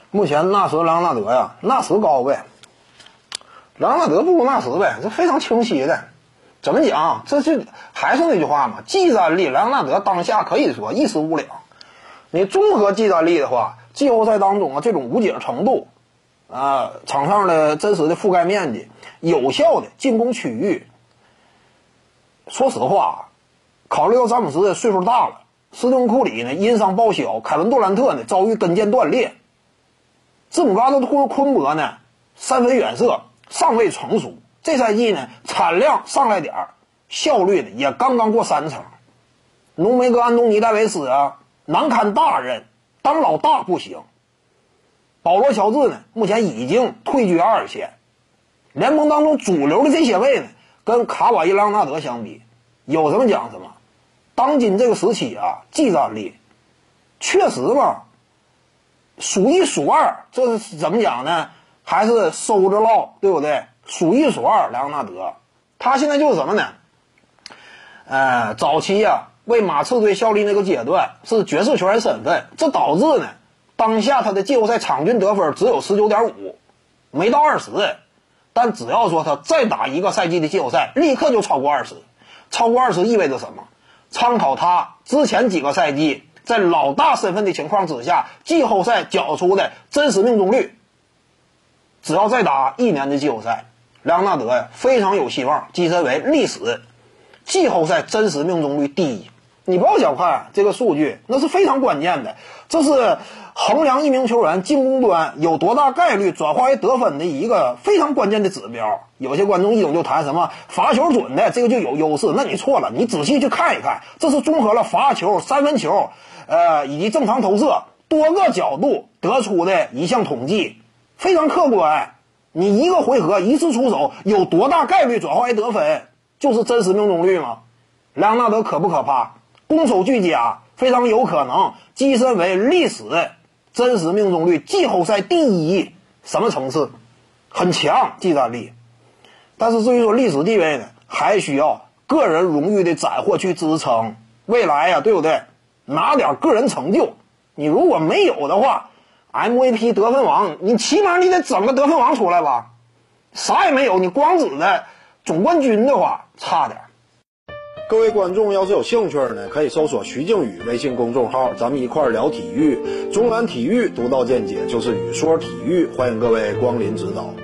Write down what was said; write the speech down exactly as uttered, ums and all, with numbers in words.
目前纳什莱昂纳德呀，纳什高呗，莱昂纳德不如纳什呗，这非常清晰的。怎么讲？这是还是那句话嘛，技战力莱昂纳德当下可以说一时无两。你综合技战力的话，季后赛当中啊这种无解程度，啊、呃、场上的真实的覆盖面积，有效的进攻区域。说实话，考虑到詹姆斯的岁数大了，斯通库里呢因伤报销，凯文杜兰特呢遭遇跟腱断裂，字母哥的昆博呢三分远射尚未成熟，这赛季呢产量上来点儿，效率呢也刚刚过三成。浓眉哥安东尼戴维斯啊难堪大任，当老大不行。保罗乔治呢目前已经退居二线，联盟当中主流的这些位呢跟卡瓦伊莱昂纳德相比，有什么讲什么。当今这个时期啊，技战力确实嘛数一数二，这是怎么讲呢？还是收着唠，对不对？数一数二，莱昂纳德，他现在就是什么呢？呃，早期啊为马刺队效力那个阶段是爵士球员身份，这导致呢当下他的季后赛场均得分只有 十九点五， 没到二十。但只要说他再打一个赛季的季后赛，立刻就超过二十。超过二十意味着什么？参考他之前几个赛季在老大身份的情况之下，季后赛缴出的真实命中率，只要再打一年的季后赛，莱昂纳德呀非常有希望跻身为历史季后赛真实命中率第一。你不要小看这个数据，那是非常关键的，这是衡量一名球员进攻端有多大概率转化为得分的一个非常关键的指标。有些观众一种就谈什么罚球准的这个就有优势，那你错了，你仔细去看一看，这是综合了罚球、三分球呃以及正常投射多个角度得出的一项统计，非常客观。你一个回合一次出手有多大概率转化为得分，就是真实命中率吗？莱昂纳德可不可怕？攻守俱佳，非常有可能跻身为历史真实命中率季后赛第一。什么层次？很强技战力。但是至于说历史地位呢，还需要个人荣誉的斩获去支撑。未来呀、啊，对不对？拿点个人成就，你如果没有的话 ，M V P 得分王，你起码你得整个得分王出来吧。啥也没有，你光指的总冠军的话，差点。各位观众要是有兴趣呢，可以搜索徐静宇微信公众号，咱们一块聊体育。中南体育独到见解就是语说体育，欢迎各位光临指导。